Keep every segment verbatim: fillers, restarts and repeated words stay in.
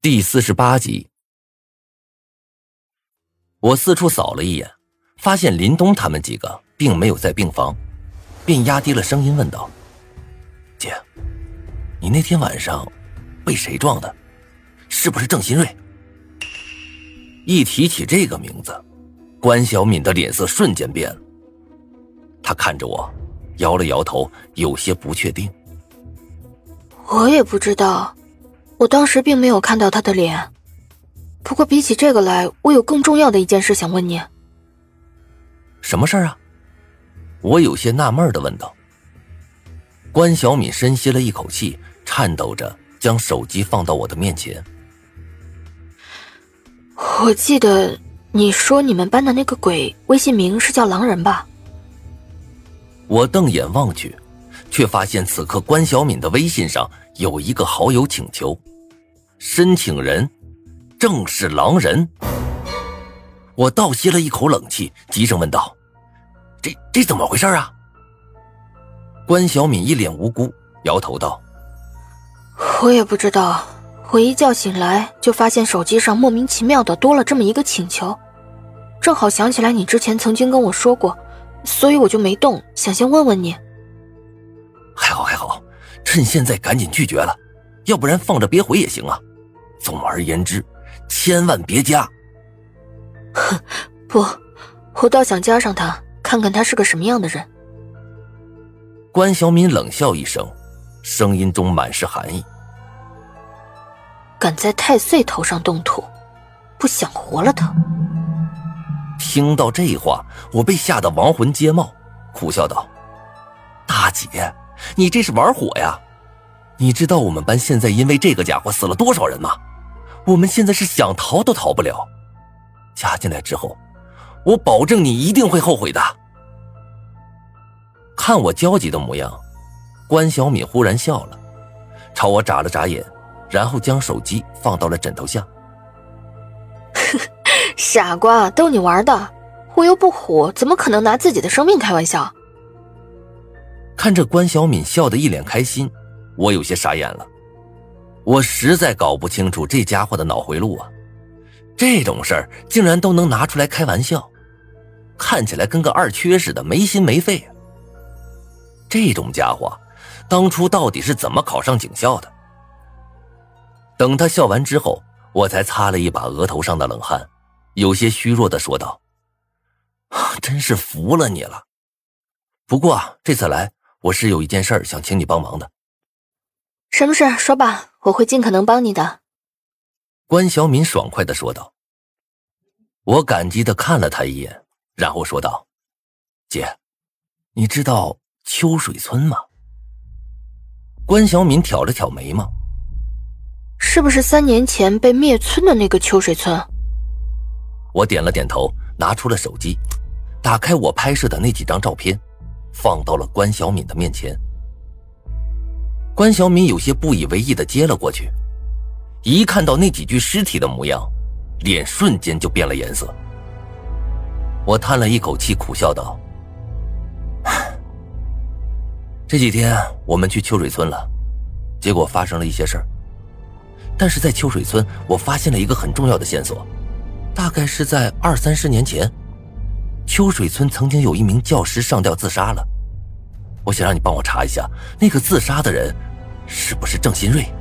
第四十八集。我四处扫了一眼，发现林东他们几个并没有在病房，便压低了声音问道：姐，你那天晚上被谁撞的？是不是郑新瑞？一提起这个名字，关小敏的脸色瞬间变了。他看着我，摇了摇头，有些不确定。 我也不知道，我当时并没有看到他的脸。不过比起这个来，我有更重要的一件事想问你。 什么事儿啊？我有些纳闷地问道。关小敏深吸了一口气，颤抖着将手机放到我的面前。 我记得你说你们班的那个鬼微信名是叫狼人吧？ 我瞪眼望去，却发现此刻关小敏的微信上有一个好友请求，申请人正是狼人。我倒吸了一口冷气，急声问道：这这怎么回事啊？关小敏一脸无辜，摇头道： 我也不知道，我一觉醒来就发现手机上莫名其妙的多了这么一个请求，正好想起来你之前曾经跟我说过，所以我就没动，想先问问你。 还好还好，趁现在赶紧拒绝了，要不然放着别回也行啊。总而言之，千万别加。 哼，不，我倒想加上他，看看他是个什么样的人。 关小敏冷笑一声，声音中满是寒意。 敢在太岁头上动土，不想活了他。 听到这话，我被吓得亡魂皆冒，苦笑道：大姐，你这是玩火呀？你知道我们班现在因为这个家伙死了多少人吗？我们现在是想逃都逃不了。加进来之后，我保证你一定会后悔的。看我焦急的模样，关小敏忽然笑了，朝我眨了眨眼，然后将手机放到了枕头下。 傻瓜，逗你玩的，我又不虎，怎么可能拿自己的生命开玩笑？ 看着关小敏笑得一脸开心，我有些傻眼了。我实在搞不清楚这家伙的脑回路啊，这种事儿竟然都能拿出来开玩笑，看起来跟个二缺似的，没心没肺啊。这种家伙当初到底是怎么考上警校的？等他笑完之后，我才擦了一把额头上的冷汗，有些虚弱地说道：真是服了你了。不过啊，这次来我是有一件事想请你帮忙的。 什么事？说吧，我会尽可能帮你的。 关小敏爽快地说道。我感激地看了他一眼，然后说道：姐，你知道秋水村吗？关小敏挑了挑眉毛。 是不是三年前被灭村的那个秋水村？ 我点了点头，拿出了手机，打开我拍摄的那几张照片，放到了关小敏的面前。关小敏有些不以为意地接了过去，一看到那几具尸体的模样，脸瞬间就变了颜色。我叹了一口气，苦笑道：这几天我们去秋水村了，结果发生了一些事儿。但是在秋水村，我发现了一个很重要的线索，大概是在二三十年前，秋水村曾经有一名教师上吊自杀了。我想让你帮我查一下，那个自杀的人是不是郑新瑞？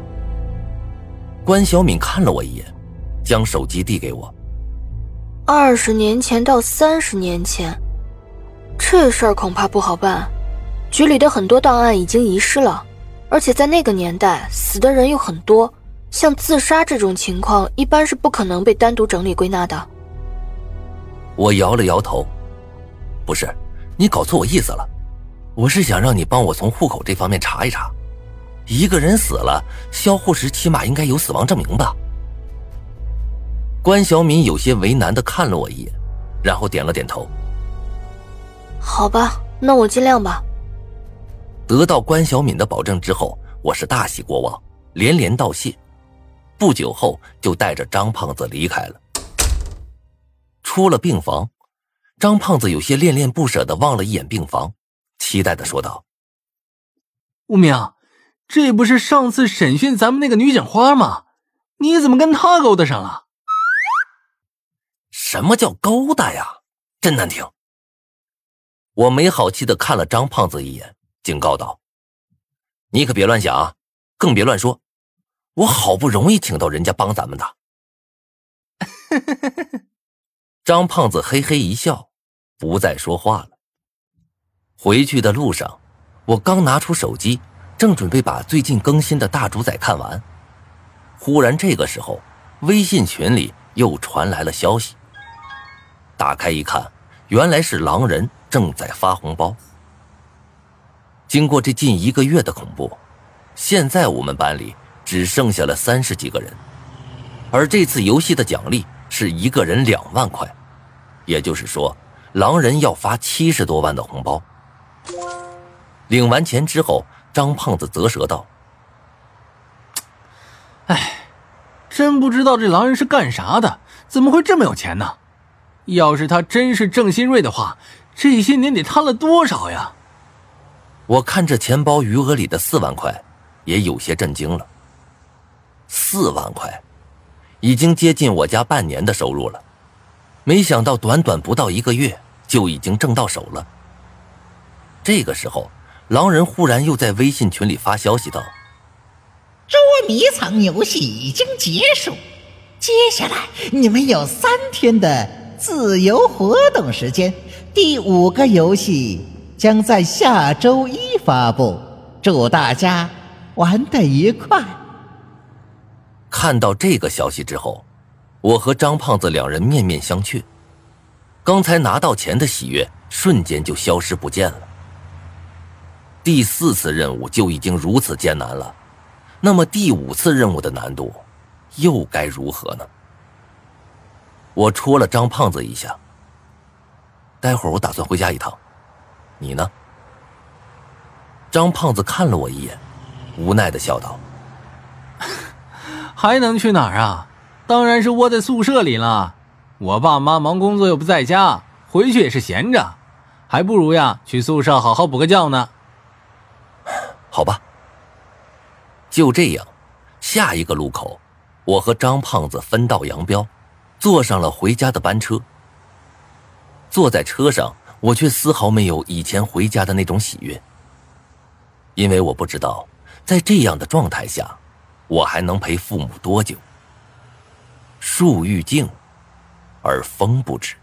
关小敏看了我一眼，将手机递给我。 二十年前到三十年前，这事儿恐怕不好办。局里的很多档案已经遗失了，而且在那个年代，死的人有很多，像自杀这种情况，一般是不可能被单独整理归纳的。 我摇了摇头，不是，你搞错我意思了。我是想让你帮我从户口这方面查一查，一个人死了，销户时起码应该有死亡证明吧？关小敏有些为难地看了我一眼，然后点了点头。 好吧，那我尽量吧。 得到关小敏的保证之后，我是大喜过望，连连道谢。不久后就带着张胖子离开了。出了病房，张胖子有些恋恋不舍地望了一眼病房，期待地说道： 吴明，这不是上次审讯咱们那个女警花吗？ 你怎么跟他勾搭上了？ 什么叫勾搭呀？真难听。我没好气地看了张胖子一眼，警告道：你可别乱想啊，更别乱说，我好不容易请到人家帮咱们的。张胖子嘿嘿一笑，不再说话了。回去的路上，我刚拿出手机，正准备把最近更新的大主宰看完，忽然这个时候，微信群里又传来了消息。打开一看，原来是狼人正在发红包。经过这近一个月的恐怖，现在我们班里只剩下了三十几个人，而这次游戏的奖励是一个人两万块，也就是说，狼人要发七十多万的红包。领完钱之后，张胖子啧舌道： 哎，真不知道这狼人是干啥的，怎么会这么有钱呢？要是他真是郑新瑞的话，这些年得贪了多少呀？ 我看着钱包余额里的四万块，也有些震惊了。四万块，已经接近我家半年的收入了。没想到短短不到一个月，就已经挣到手了。这个时候，狼人忽然又在微信群里发消息道： 捉迷藏游戏已经结束，接下来你们有三天的自由活动时间，第五个游戏将在下周一发布，祝大家玩得愉快。 看到这个消息之后，我和张胖子两人面面相觑，刚才拿到钱的喜悦瞬间就消失不见了。第四次任务就已经如此艰难了，那么第五次任务的难度又该如何呢？我戳了张胖子一下，待会儿我打算回家一趟，你呢？张胖子看了我一眼，无奈地笑道： 还能去哪儿啊？当然是窝在宿舍里了。我爸妈忙工作又不在家，回去也是闲着，还不如呀去宿舍好好补个觉呢。 好吧。就这样，下一个路口，我和张胖子分道扬镳，坐上了回家的班车。坐在车上，我却丝毫没有以前回家的那种喜悦，因为我不知道在这样的状态下，我还能陪父母多久。树欲静而风不止。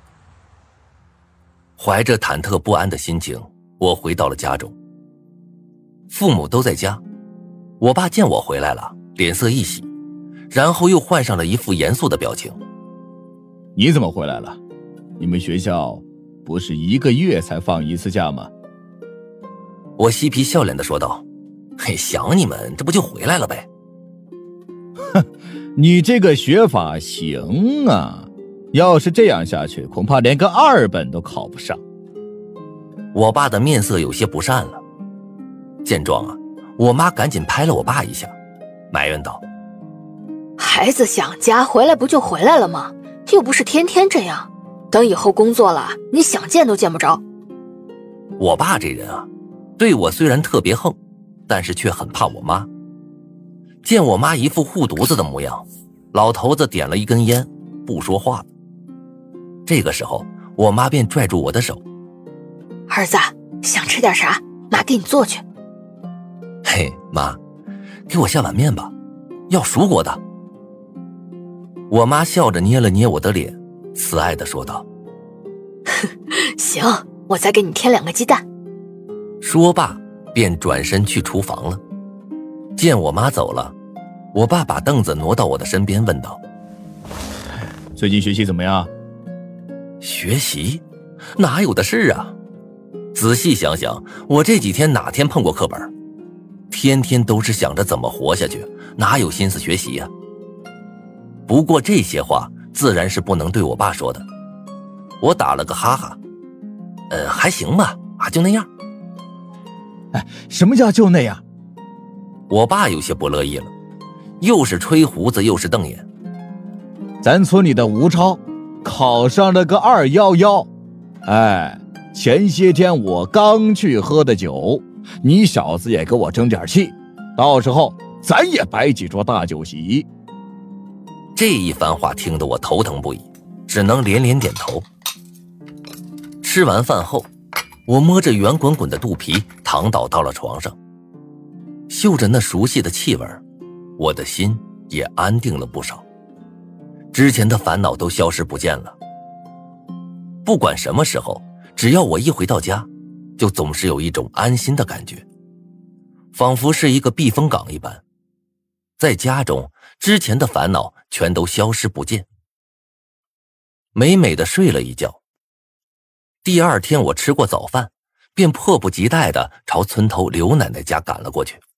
怀着忐忑不安的心情，我回到了家中。父母都在家，我爸见我回来了，脸色一喜，然后又换上了一副严肃的表情。 你怎么回来了？你们学校不是一个月才放一次假吗？ 我嬉皮笑脸地说道：嘿，想你们，这不就回来了呗。 哼，你这个学法行啊，要是这样下去，恐怕连个二本都考不上。 我爸的面色有些不善了。见状啊，我妈赶紧拍了我爸一下，埋怨道： 孩子想家回来不就回来了吗？又不是天天这样，等以后工作了，你想见都见不着。 我爸这人啊，对我虽然特别横，但是却很怕我妈。见我妈一副护犊子的模样，老头子点了一根烟，不说话了。这个时候，我妈便拽住我的手： 儿子，想吃点啥，妈给你做去。 嘿，妈，给我下碗面吧，要蔬果的。我妈笑着捏了捏我的脸，慈爱地说道： 行，我再给你添两个鸡蛋。 说罢便转身去厨房了。见我妈走了，我爸把凳子挪到我的身边问道： 最近学习怎么样？ 学习？哪有的事啊，仔细想想，我这几天哪天碰过课本？天天都是想着怎么活下去，哪有心思学习呀？不过这些话自然是不能对我爸说的。我打了个哈哈，呃，还行吧，啊，就那样。 哎，什么叫就那样？ 我爸有些不乐意了，又是吹胡子又是瞪眼。 咱村里的吴超考上了个二幺幺，哎，前些天我刚去喝的酒，你小子也给我争点气，到时候咱也摆几桌大酒席。 这一番话听得我头疼不已，只能连连点头。吃完饭后，我摸着圆滚滚的肚皮躺倒到了床上，嗅着那熟悉的气味，我的心也安定了不少，之前的烦恼都消失不见了。不管什么时候，只要我一回到家，就总是有一种安心的感觉，仿佛是一个避风港一般。在家中，之前的烦恼全都消失不见。美美的睡了一觉。第二天我吃过早饭，便迫不及待地朝村头刘奶奶家赶了过去。